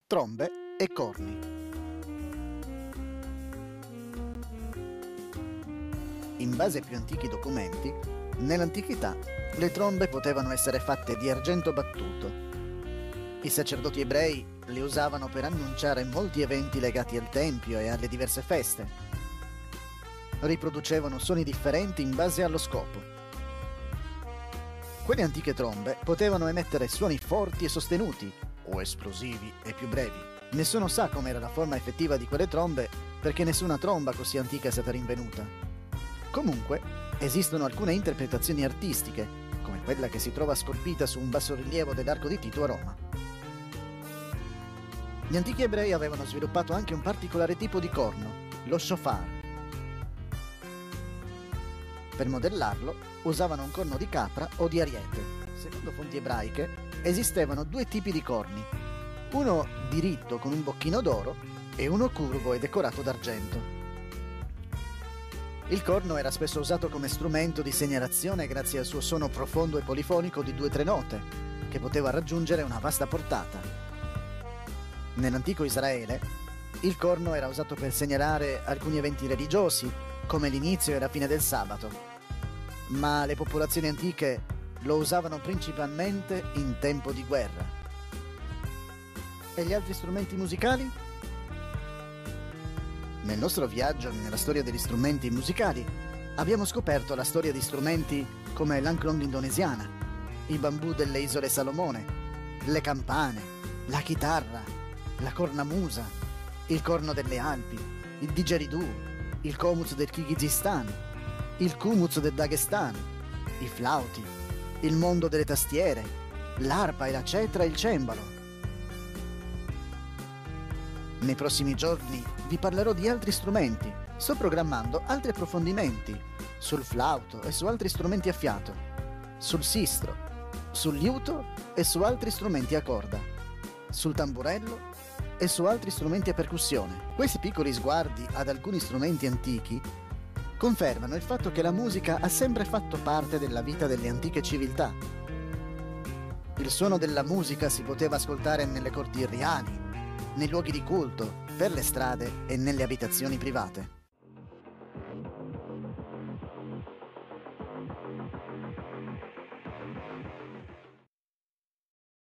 trombe e corni. In base ai più antichi documenti, nell'antichità le trombe potevano essere fatte di argento battuto. I sacerdoti ebrei le usavano per annunciare molti eventi legati al tempio e alle diverse feste. Riproducevano suoni differenti in base allo scopo. Quelle antiche trombe potevano emettere suoni forti e sostenuti, o esplosivi e più brevi. Nessuno sa com'era la forma effettiva di quelle trombe, perché nessuna tromba così antica è stata rinvenuta. Comunque, esistono alcune interpretazioni artistiche, come quella che si trova scolpita su un bassorilievo dell'Arco di Tito a Roma. Gli antichi ebrei avevano sviluppato anche un particolare tipo di corno, lo shofar. Per modellarlo, usavano un corno di capra o di ariete. Secondo fonti ebraiche, esistevano due tipi di corni, uno diritto con un bocchino d'oro e uno curvo e decorato d'argento. Il corno era spesso usato come strumento di segnalazione grazie al suo suono profondo e polifonico di 2 o 3 note, che poteva raggiungere una vasta portata. Nell'antico Israele, il corno era usato per segnalare alcuni eventi religiosi, come l'inizio e la fine del sabato, ma le popolazioni antiche lo usavano principalmente in tempo di guerra. E gli altri strumenti musicali? Nel nostro viaggio nella storia degli strumenti musicali abbiamo scoperto la storia di strumenti come l'angklong indonesiana, i bambù delle isole Salomone, le campane, la chitarra, la cornamusa, il corno delle Alpi, il didgeridoo, il komuz del Kirghizistan, il kumuz del Dagestan, i flauti, il mondo delle tastiere, l'arpa e la cetra e il cembalo. Nei prossimi giorni vi parlerò di altri strumenti. Sto programmando altri approfondimenti sul flauto e su altri strumenti a fiato, sul sistro, sul liuto e su altri strumenti a corda, sul tamburello e su altri strumenti a percussione. Questi piccoli sguardi ad alcuni strumenti antichi confermano il fatto che la musica ha sempre fatto parte della vita delle antiche civiltà. Il suono della musica si poteva ascoltare nelle corti reali, nei luoghi di culto, per le strade e nelle abitazioni private.